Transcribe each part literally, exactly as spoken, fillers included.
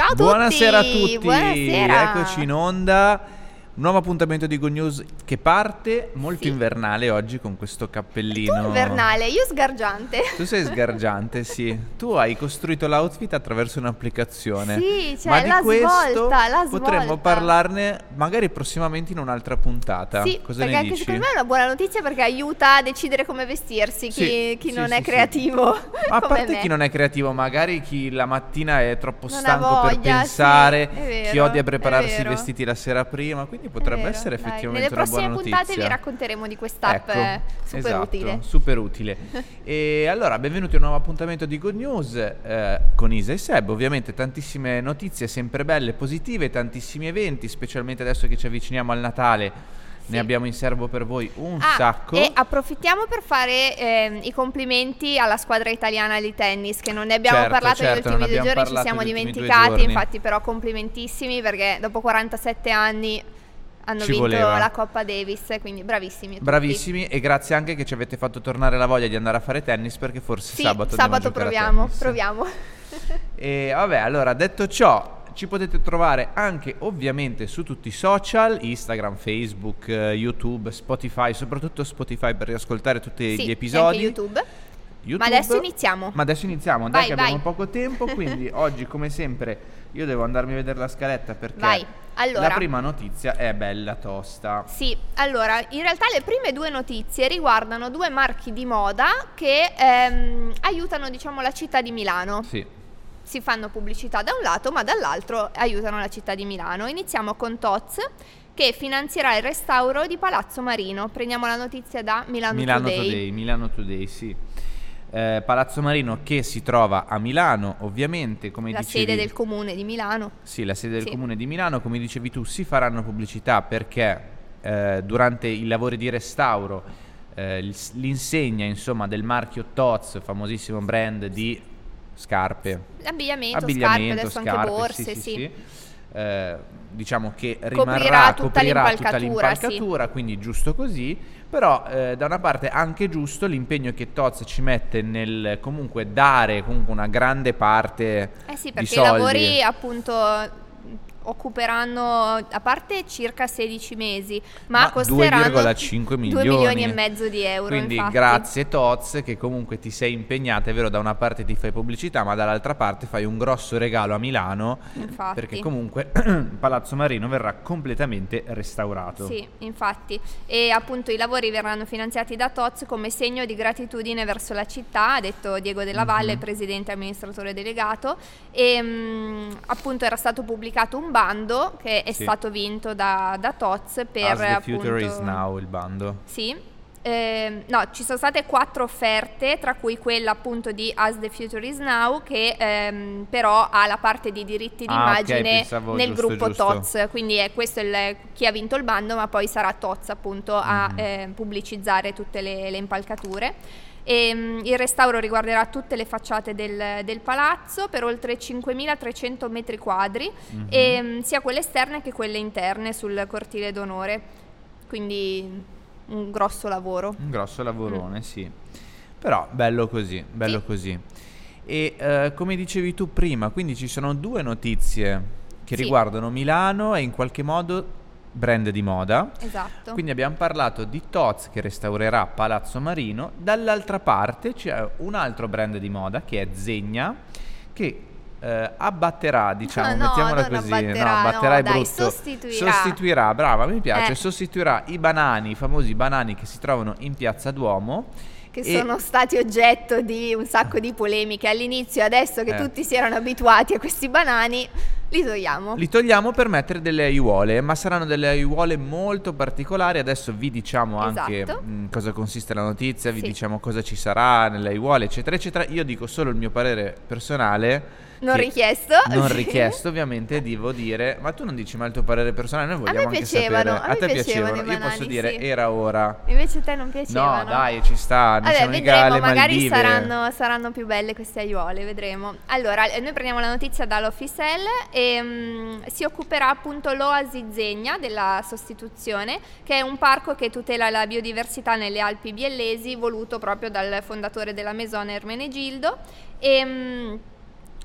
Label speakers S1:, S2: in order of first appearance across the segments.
S1: Ciao a tutti!
S2: Buonasera a tutti!
S1: Buonasera!
S2: Eccoci in onda. Nuovo appuntamento di Good News che parte molto
S1: Sì.
S2: invernale oggi con questo cappellino.
S1: Tu invernale, io sgargiante.
S2: Tu sei sgargiante, sì. Tu hai costruito l'outfit attraverso un'applicazione.
S1: Sì, cioè
S2: Ma di
S1: la
S2: questo
S1: svolta, la
S2: potremmo
S1: svolta.
S2: parlarne magari prossimamente in un'altra puntata.
S1: Sì,
S2: Cosa
S1: perché
S2: ne
S1: anche
S2: dici?
S1: secondo me è una buona notizia perché aiuta a decidere come vestirsi chi,
S2: Sì,
S1: chi
S2: sì,
S1: non
S2: sì,
S1: è
S2: sì.
S1: creativo.
S2: Ma a
S1: come
S2: parte
S1: me.
S2: chi non è creativo, magari chi la mattina è troppo
S1: Non ha
S2: stanco per
S1: voglia,
S2: pensare,
S1: sì, è vero,
S2: chi odia
S1: è
S2: prepararsi i
S1: vero.
S2: vestiti la sera prima, quindi
S1: È
S2: potrebbe
S1: vero,
S2: essere
S1: dai.
S2: effettivamente
S1: Nelle
S2: una buona
S1: prossime
S2: notizia.
S1: puntate vi racconteremo di quest'app
S2: Ecco,
S1: eh, super
S2: esatto,
S1: utile.
S2: super utile. E allora, benvenuti a un nuovo appuntamento di Good News eh, con Isa e Seb. Ovviamente tantissime notizie sempre belle, positive, tantissimi eventi, specialmente adesso che ci avviciniamo al Natale.
S1: Sì.
S2: Ne abbiamo in serbo per voi un
S1: Ah,
S2: sacco.
S1: e approfittiamo per fare ehm, i complimenti alla squadra italiana di tennis, che non ne abbiamo
S2: Certo,
S1: parlato
S2: certo,
S1: negli
S2: non
S1: ultimi due
S2: abbiamo
S1: giorni, ci
S2: parlato
S1: siamo
S2: negli ultimi due
S1: dimenticati,
S2: giorni.
S1: infatti però complimentissimi perché dopo quarantasette anni hanno
S2: Ci
S1: vinto
S2: voleva.
S1: la Coppa Davis, quindi bravissimi tutti.
S2: Bravissimi, e grazie anche che ci avete fatto tornare la voglia di andare a fare tennis, perché forse
S1: Sì,
S2: sabato andiamo a
S1: sabato
S2: giocare a
S1: proviamo,
S2: tennis.
S1: proviamo.
S2: E vabbè, allora, detto ciò, ci potete trovare anche ovviamente su tutti i social, Instagram, Facebook, eh, YouTube, Spotify, soprattutto Spotify per riascoltare tutti
S1: Sì,
S2: gli
S1: e
S2: episodi.
S1: anche YouTube.
S2: YouTube.
S1: Ma adesso iniziamo.
S2: Ma adesso iniziamo,
S1: Vai,
S2: dai che abbiamo
S1: vai.
S2: poco tempo, quindi oggi come sempre io devo andarmi a vedere la scaletta perché
S1: Vai, allora.
S2: la prima notizia è bella tosta.
S1: Sì, allora, in realtà le prime due notizie riguardano due marchi di moda che ehm, aiutano, diciamo, la città di Milano.
S2: Sì.
S1: Si fanno pubblicità da un lato, ma dall'altro aiutano la città di Milano. Iniziamo con Tod's, che finanzierà il restauro di Palazzo Marino. Prendiamo la notizia da Milano,
S2: Milano
S1: Today.
S2: Today, Milano Today, sì. Eh, Palazzo Marino che si trova a Milano, ovviamente, come
S1: La
S2: dicevi.
S1: sede del comune di Milano.
S2: Sì, la sede del
S1: Sì.
S2: comune di Milano, come dicevi tu, si faranno pubblicità perché eh, durante i lavori di restauro eh, l- l'insegna, insomma, del marchio Tod's, famosissimo brand di scarpe,
S1: Abbigliamento,
S2: abbigliamento,
S1: scarpe, adesso anche
S2: scarpe,
S1: borse,
S2: sì,
S1: sì.
S2: sì, sì. Eh, diciamo che
S1: Coprirà
S2: rimarrà,
S1: tutta
S2: coprirà tutta
S1: l'impalcatura,
S2: l'impalcatura, quindi giusto così, però eh, da una parte anche giusto l'impegno che Tod's ci mette nel comunque dare comunque una grande parte
S1: Eh sì,
S2: di
S1: perché i
S2: soldi.
S1: lavori appunto occuperanno a parte circa sedici mesi, ma,
S2: Ma
S1: costeranno
S2: due virgola cinque milioni.
S1: due milioni e mezzo di euro.
S2: Quindi
S1: infatti.
S2: grazie Tod's che comunque ti sei impegnata, è vero, da una parte ti fai pubblicità, ma dall'altra parte fai un grosso regalo a Milano,
S1: Infatti.
S2: perché comunque Palazzo Marino verrà completamente restaurato.
S1: Sì, infatti. E appunto i lavori verranno finanziati da Tod's come segno di gratitudine verso la città, ha detto Diego Della Valle,
S2: Mhm.
S1: presidente e amministratore delegato. E mh, appunto era stato pubblicato un bando che è
S2: Sì.
S1: stato vinto da, da Tod's per
S2: As the
S1: appunto...
S2: future is now, il bando.
S1: Sì. Ehm, no, ci sono state quattro offerte, tra cui quella appunto di As the Future is Now, che ehm, però ha la parte di diritti
S2: Ah, ok,
S1: d'immagine
S2: pensavo
S1: nel
S2: giusto,
S1: gruppo
S2: giusto.
S1: Tod's, quindi è questo il, chi ha vinto il bando, ma poi sarà Tod's appunto a
S2: Mhm.
S1: eh, pubblicizzare tutte le, le impalcature. E, il restauro riguarderà tutte le facciate del, del palazzo per oltre cinquemilatrecento metri quadri,
S2: Mhm.
S1: e, mh, sia quelle esterne che quelle interne sul cortile d'onore, quindi un grosso lavoro.
S2: Un grosso lavorone, sì. Però bello così, bello
S1: Sì.
S2: così. E eh, come dicevi tu prima, quindi ci sono due notizie che
S1: Sì.
S2: riguardano Milano e in qualche modo brand di moda.
S1: Esatto.
S2: Quindi abbiamo parlato di Tod's che restaurerà Palazzo Marino, dall'altra parte c'è un altro brand di moda che è Zegna, che eh, abbatterà, diciamo,
S1: Ah, no,
S2: mettiamola
S1: non
S2: così,
S1: abbatterà,
S2: no, abbatterà
S1: no,
S2: è
S1: dai,
S2: brutto.
S1: sostituirà.
S2: Sostituirà, brava, mi piace,
S1: Eh.
S2: sostituirà i banani, i famosi banani che si trovano in Piazza Duomo.
S1: Che
S2: e-
S1: sono stati oggetto di un sacco di polemiche all'inizio, adesso che
S2: Eh.
S1: tutti si erano abituati a questi banani, li togliamo.
S2: Li togliamo per mettere delle aiuole, ma saranno delle aiuole molto particolari. Adesso vi diciamo anche
S1: Esatto.
S2: mh, cosa consiste la notizia, vi
S1: Sì.
S2: diciamo cosa ci sarà nelle aiuole, eccetera, eccetera. Io dico solo il mio parere personale.
S1: Non
S2: che-
S1: richiesto.
S2: Non
S1: Sì.
S2: richiesto, ovviamente, devo dire. Ma tu non dici mai il tuo parere personale, noi vogliamo
S1: me
S2: anche
S1: piacevano,
S2: sapere.
S1: a me
S2: te
S1: piacevano i
S2: Io posso
S1: banani,
S2: dire,
S1: sì.
S2: era ora.
S1: Invece a te non piacevano?
S2: No, dai, ci sta. Non
S1: Vabbè,
S2: siamo mica
S1: vedremo,
S2: alle
S1: magari
S2: Maldive.
S1: saranno, saranno più belle queste aiuole, vedremo. Allora, eh, noi prendiamo la notizia dall'Officel e mm, si occuperà appunto l'Oasi Zegna della sostituzione, che è un parco che tutela la biodiversità nelle Alpi biellesi, voluto proprio dal fondatore della Maison Ermenegildo. E mm,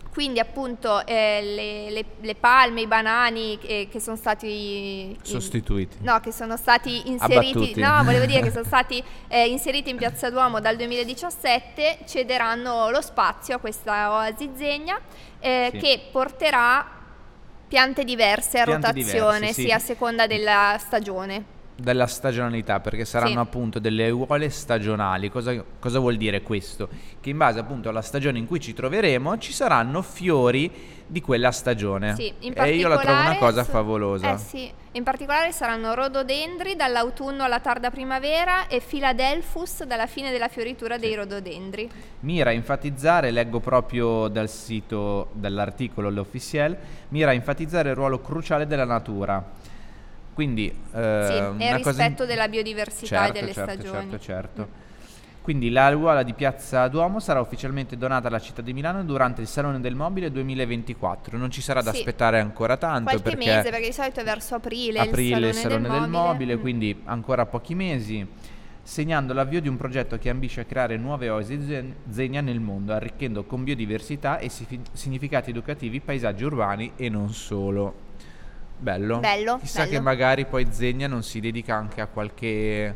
S1: quindi appunto eh, le, le, le palme, i banani eh, che sono stati in,
S2: sostituiti,
S1: no, che sono stati inseriti,
S2: abbattuti.
S1: no, volevo dire che sono stati eh, inseriti in Piazza Duomo dal duemiladiciassette, cederanno lo spazio a questa oasi Zegna eh,
S2: sì.
S1: che porterà piante diverse a
S2: piante
S1: rotazione,
S2: diverse, sì.
S1: sì, a seconda della stagione.
S2: Della stagionalità, perché saranno
S1: sì.
S2: appunto delle aiuole stagionali. Cosa, cosa vuol dire questo? Che in base appunto alla stagione in cui ci troveremo ci saranno fiori di quella stagione.
S1: Sì, in
S2: e io la trovo una cosa
S1: su,
S2: favolosa.
S1: Eh sì, in particolare saranno rododendri dall'autunno alla tarda primavera e Philadelphus dalla fine della fioritura sì. dei rododendri.
S2: Mira a enfatizzare, leggo proprio dal sito, dall'articolo L'Officiel, mira a enfatizzare il ruolo cruciale della natura. Quindi eh,
S1: sì, e il
S2: una
S1: rispetto
S2: cosa...
S1: della biodiversità
S2: certo,
S1: e delle
S2: certo,
S1: stagioni.
S2: Certo, certo. Mm. Quindi l'aiuola di Piazza Duomo sarà ufficialmente donata alla città di Milano durante il Salone del Mobile duemilaventiquattro. Non ci sarà da
S1: sì.
S2: aspettare ancora tanto.
S1: Qualche
S2: perché
S1: mese, perché di solito è verso aprile,
S2: aprile
S1: il Salone,
S2: il Salone
S1: del,
S2: del
S1: Mobile,
S2: Mobile,
S1: mm.
S2: quindi ancora pochi mesi, segnando l'avvio di un progetto che ambisce a creare nuove oasi Zegna nel mondo, arricchendo con biodiversità e significati educativi paesaggi urbani e non solo. Bello.
S1: bello
S2: Chissà
S1: bello.
S2: che magari poi Zegna non si dedica anche a qualche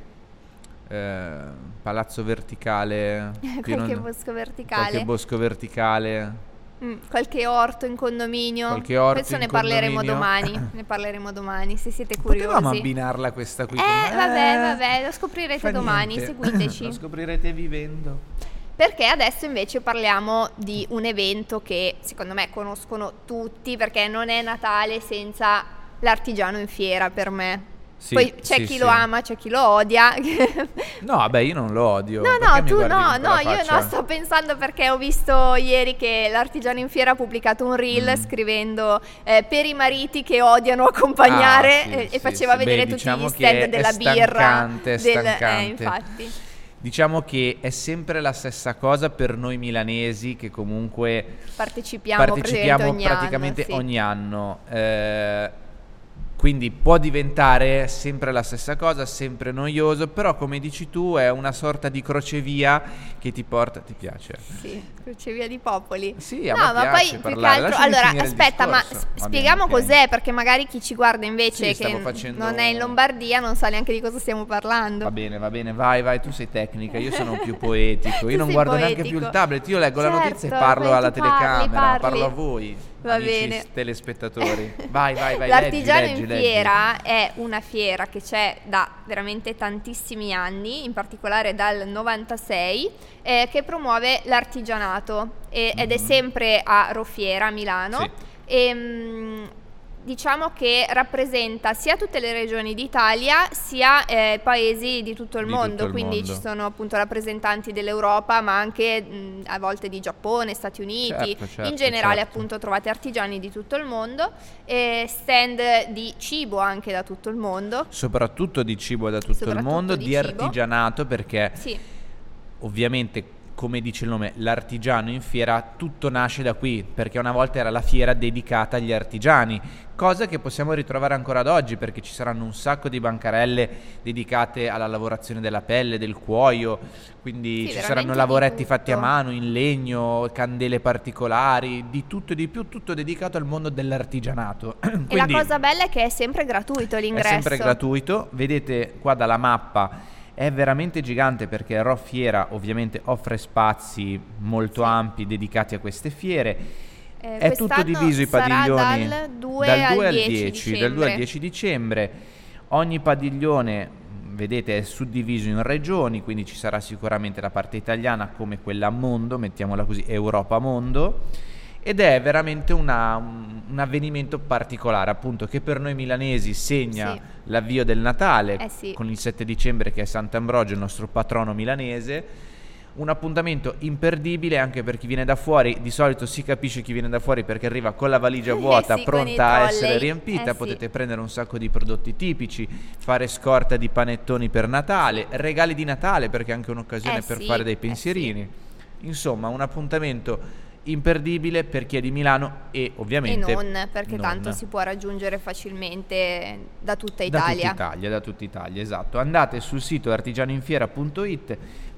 S2: eh, palazzo verticale,
S1: qualche
S2: non,
S1: bosco verticale,
S2: qualche bosco verticale,
S1: mm, qualche orto in condominio.
S2: Qualche orto
S1: Questo
S2: in
S1: ne parleremo
S2: condominio.
S1: domani. Ne parleremo domani se siete curiosi.
S2: Potevamo abbinarla questa qui.
S1: Eh,
S2: con...
S1: vabbè, vabbè, lo scoprirete
S2: fa
S1: domani.
S2: niente.
S1: Seguiteci.
S2: Lo scoprirete vivendo.
S1: Perché adesso invece parliamo di un evento che secondo me conoscono tutti, perché non è Natale senza l'artigiano in fiera per me.
S2: Sì,
S1: Poi c'è
S2: sì,
S1: chi
S2: sì.
S1: lo ama, c'è chi lo odia.
S2: No, vabbè, io non lo odio.
S1: No,
S2: Perché
S1: no,
S2: mi
S1: tu
S2: guardi
S1: no,
S2: con
S1: no,
S2: quella
S1: io
S2: faccia?
S1: no, sto pensando perché ho visto ieri che l'artigiano in fiera ha pubblicato un reel
S2: Mm.
S1: scrivendo eh, per i mariti che odiano accompagnare
S2: Ah, sì,
S1: e,
S2: sì,
S1: e faceva
S2: sì.
S1: vedere
S2: Beh,
S1: tutti
S2: diciamo
S1: gli
S2: che
S1: stand
S2: è
S1: della birra.
S2: stancante, è
S1: del,
S2: stancante.
S1: Eh, infatti.
S2: Diciamo che è sempre la stessa cosa per noi milanesi che comunque
S1: Partecipiamo,
S2: partecipiamo
S1: ogni
S2: praticamente
S1: anno, sì.
S2: ogni anno. Eh, quindi può diventare sempre la stessa cosa, sempre noioso, però come dici tu è una sorta di crocevia che ti porta, ti piace?
S1: Sì, crocevia di popoli.
S2: Sì, a
S1: no,
S2: me
S1: ma
S2: piace
S1: poi più che
S2: parlare.
S1: altro,
S2: Lasciami
S1: allora
S2: finire il
S1: aspetta, ma
S2: discorso.
S1: s-
S2: Va
S1: spieghiamo
S2: bene, ok.
S1: cos'è, perché magari chi ci guarda invece
S2: Sì, stavo
S1: che
S2: facendo-
S1: non è in Lombardia non sa neanche di cosa stiamo parlando.
S2: Va bene, va bene, vai, vai, tu sei tecnica, io sono più poetico,
S1: Tu
S2: io non
S1: sei
S2: guardo neanche
S1: poetico.
S2: più il tablet, io leggo la notizia e
S1: Certo,
S2: parlo
S1: poi
S2: alla
S1: tu parli,
S2: telecamera,
S1: parli.
S2: parlo a voi,
S1: Va
S2: amici
S1: bene.
S2: telespettatori. Vai, vai, vai,
S1: L'artigiano
S2: leggi, leggi,
S1: in
S2: leggi.
S1: fiera è una fiera che c'è da veramente tantissimi anni, in particolare dal novantasei, eh, che promuove l'artigianato e- ed è
S2: Mhm.
S1: sempre a Rofiera, a Milano.
S2: Sì.
S1: E, mh, diciamo che rappresenta sia tutte le regioni d'Italia sia eh, paesi di tutto il
S2: Di
S1: mondo,
S2: tutto il
S1: quindi
S2: mondo.
S1: ci sono appunto rappresentanti dell'Europa ma anche mh, a volte di Giappone, Stati Uniti,
S2: Certo, certo,
S1: in generale
S2: certo.
S1: appunto trovate artigiani di tutto il mondo, e stand di cibo anche da tutto il mondo.
S2: Soprattutto di cibo da tutto il
S1: Soprattutto
S2: mondo,
S1: di
S2: di,
S1: cibo.
S2: artigianato, perché
S1: Sì,
S2: ovviamente, come dice il nome, l'artigiano in fiera, tutto nasce da qui, perché una volta era la fiera dedicata agli artigiani, cosa che possiamo ritrovare ancora ad oggi, perché ci saranno un sacco di bancarelle dedicate alla lavorazione della pelle, del cuoio, quindi
S1: Sì,
S2: ci
S1: veramente
S2: saranno
S1: di
S2: lavoretti fatti a
S1: tutto.
S2: mano, in legno, candele particolari, di tutto e di più, tutto dedicato al mondo dell'artigianato.
S1: e la
S2: Quindi
S1: cosa bella è che è sempre gratuito l'ingresso.
S2: è sempre gratuito, vedete qua dalla mappa. È veramente gigante perché Ro Fiera ovviamente offre spazi molto
S1: Sì.
S2: ampi dedicati a queste fiere.
S1: Eh,
S2: È tutto
S1: quest'anno
S2: diviso i
S1: sarà
S2: padiglioni
S1: dal due
S2: dal
S1: al
S2: due al
S1: dieci
S2: dieci, dal due al
S1: dicembre.
S2: dieci dicembre. Ogni padiglione, vedete, è suddiviso in regioni, quindi ci sarà sicuramente la parte italiana come quella a mondo, mettiamola così, Europa mondo. Ed è veramente una- un, un avvenimento particolare, appunto, che per noi milanesi segna
S1: Sì.
S2: l'avvio del Natale,
S1: Eh sì.
S2: con il sette dicembre che è Sant'Ambrogio, il nostro patrono milanese. Un appuntamento imperdibile anche per chi viene da fuori. Di solito si capisce chi viene da fuori perché arriva con la valigia vuota,
S1: Eh sì, con i
S2: pronta a essere
S1: trolley.
S2: riempita.
S1: Eh sì.
S2: Potete prendere un sacco di prodotti tipici, fare scorta di panettoni per Natale, regali di Natale perché è anche un'occasione
S1: Eh
S2: per
S1: sì,
S2: fare dei
S1: eh
S2: pensierini. Insomma, un appuntamento imperdibile per chi è di Milano e
S1: E
S2: ovviamente
S1: non, perché
S2: non.
S1: tanto si può raggiungere facilmente da tutta
S2: Da tutta
S1: Italia.
S2: Italia, da tutta Italia, esatto. Andate sul sito artigianoinfiera punto it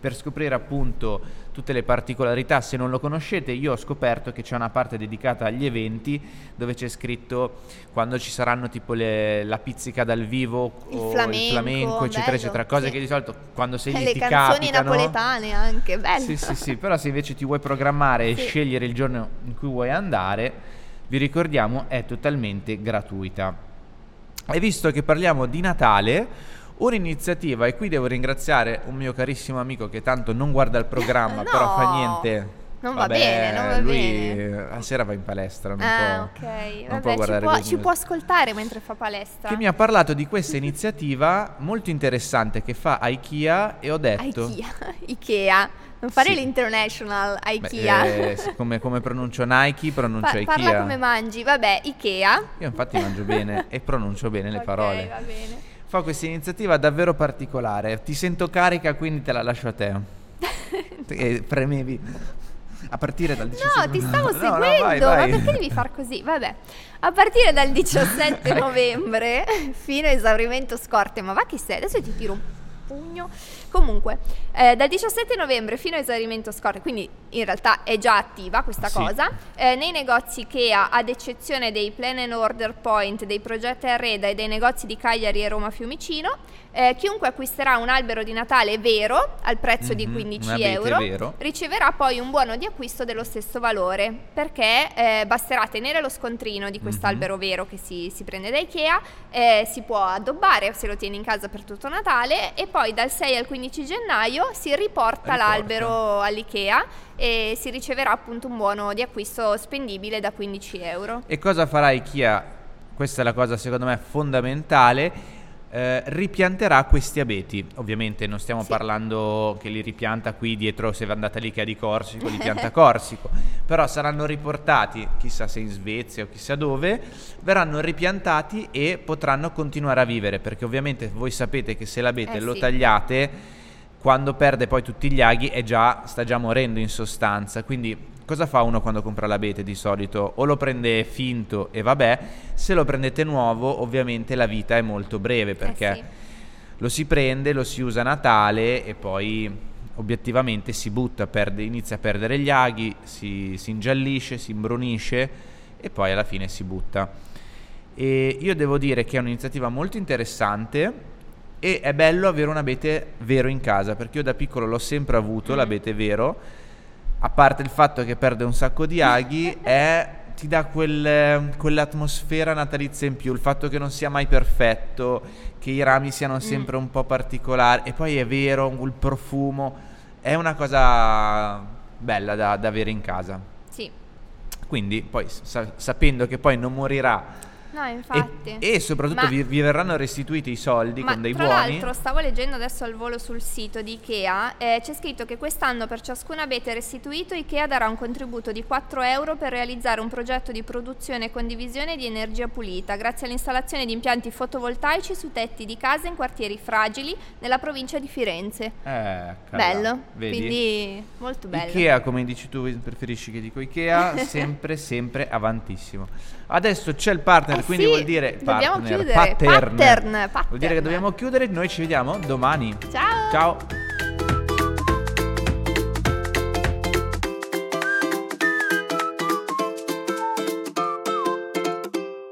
S2: per scoprire appunto tutte le particolarità. Se non lo conoscete, io ho scoperto che c'è una parte dedicata agli eventi dove c'è scritto quando ci saranno tipo le, la pizzica dal vivo
S1: il
S2: o
S1: flamenco,
S2: il flamenco eccetera
S1: bello,
S2: eccetera, cose
S1: sì.
S2: che di solito quando sei
S1: E
S2: lì
S1: le
S2: ti
S1: canzoni
S2: capitano.
S1: napoletane anche, bello.
S2: Sì, sì, sì, però se invece ti vuoi programmare e
S1: Sì.
S2: scegliere il giorno in cui vuoi andare, vi ricordiamo, è totalmente gratuita. E visto che parliamo di Natale, un'iniziativa, e qui devo ringraziare un mio carissimo amico che tanto non guarda il programma,
S1: No,
S2: però fa niente.
S1: non va
S2: Vabbè,
S1: bene, non va
S2: lui
S1: bene.
S2: a sera va in palestra, non
S1: Ah,
S2: può,
S1: ok.
S2: non
S1: Vabbè,
S2: può
S1: ci,
S2: guardare
S1: può,
S2: così.
S1: ci può ascoltare mentre fa palestra.
S2: Che mi ha parlato di questa iniziativa molto interessante che fa IKEA e ho detto...
S1: Ikea. Ikea. Non fare
S2: Sì.
S1: l'international Ikea.
S2: Beh, eh, come, come pronuncio Nike, pronuncio
S1: Pa-
S2: Ikea.
S1: parla come mangi, vabbè, Ikea.
S2: Io infatti mangio bene e pronuncio bene le
S1: Ok,
S2: parole.
S1: va bene.
S2: Fa questa iniziativa davvero particolare. Ti sento carica, quindi te la lascio a te. E premevi a partire dal diciassette
S1: No, ti stavo
S2: No, no,
S1: seguendo,
S2: vai, vai.
S1: ma perché devi far così? Vabbè, a partire dal diciassette novembre fino a esaurimento scorte, ma va chi sei? Adesso ti tiro un pugno. Comunque, eh, dal diciassette novembre fino a esaurimento scorte, quindi in realtà è già attiva questa
S2: Sì.
S1: cosa, eh, nei negozi IKEA, ad eccezione dei Plan and Order Point, dei Progetti Arreda e dei negozi di Cagliari e Roma Fiumicino, eh, chiunque acquisterà un albero di Natale vero al prezzo di
S2: Mhm,
S1: quindici
S2: un abete
S1: euro
S2: vero.
S1: riceverà poi un buono di acquisto dello stesso valore, perché eh, basterà tenere lo scontrino di quest'albero vero che si, si prende da Ikea, eh, si può addobbare se lo tieni in casa per tutto Natale e poi dal sei al quindici gennaio si riporta,
S2: Riporta.
S1: l'albero all'Ikea e si riceverà appunto un buono di acquisto spendibile da quindici euro.
S2: E cosa farà IKEA? Questa è la cosa secondo me fondamentale. Eh, ripianterà questi abeti. Ovviamente non stiamo
S1: Sì.
S2: parlando che li ripianta qui dietro, se andate all'Ikea di Corsico li pianta a Corsico, però saranno riportati chissà se in Svezia o chissà dove, verranno ripiantati e potranno continuare a vivere, perché ovviamente voi sapete che se l'abete
S1: Eh,
S2: lo
S1: sì.
S2: tagliate, quando perde poi tutti gli aghi è già, sta già morendo in sostanza. Quindi cosa fa uno quando compra l'abete di solito? O lo prende finto e vabbè, se lo prendete nuovo ovviamente la vita è molto breve, perché
S1: Eh sì.
S2: lo si prende, lo si usa a Natale e poi obiettivamente si butta, perde, inizia a perdere gli aghi, si, si ingiallisce, si imbrunisce e poi alla fine si butta. E io devo dire che è un'iniziativa molto interessante e è bello avere un abete vero in casa, perché io da piccolo l'ho sempre avuto,
S1: Mm.
S2: l'abete vero, a parte il fatto che perde un sacco di aghi, è, ti dà quel, quell'atmosfera natalizia in più, il fatto che non sia mai perfetto, che i rami siano sempre un po' particolari, e poi è vero, il profumo, è una cosa bella da, da avere in casa.
S1: Sì.
S2: Quindi poi sa- sapendo che poi non morirà
S1: No,
S2: e,
S1: infatti.
S2: e soprattutto
S1: Ma-
S2: vi, vi verranno restituiti i soldi
S1: Ma
S2: con dei
S1: tra
S2: buoni.
S1: l'altro stavo leggendo adesso al volo sul sito di Ikea, eh, c'è scritto che quest'anno per ciascun abete restituito Ikea darà un contributo di quattro euro per realizzare un progetto di produzione e condivisione di energia pulita grazie all'installazione di impianti fotovoltaici su tetti di case in quartieri fragili nella provincia di Firenze.
S2: Eh, cavolo,
S1: Bello,
S2: vedi?
S1: quindi molto bello.
S2: Ikea, come dici tu, preferisci che dico Ikea, sempre sempre avantissimo. Adesso c'è il partner,
S1: Eh
S2: quindi
S1: sì,
S2: vuol dire
S1: dobbiamo
S2: partner,
S1: chiudere.
S2: pattern.
S1: Pattern,
S2: Vuol dire che
S1: pattern.
S2: dobbiamo chiudere, noi ci vediamo domani.
S1: Ciao!
S2: Ciao.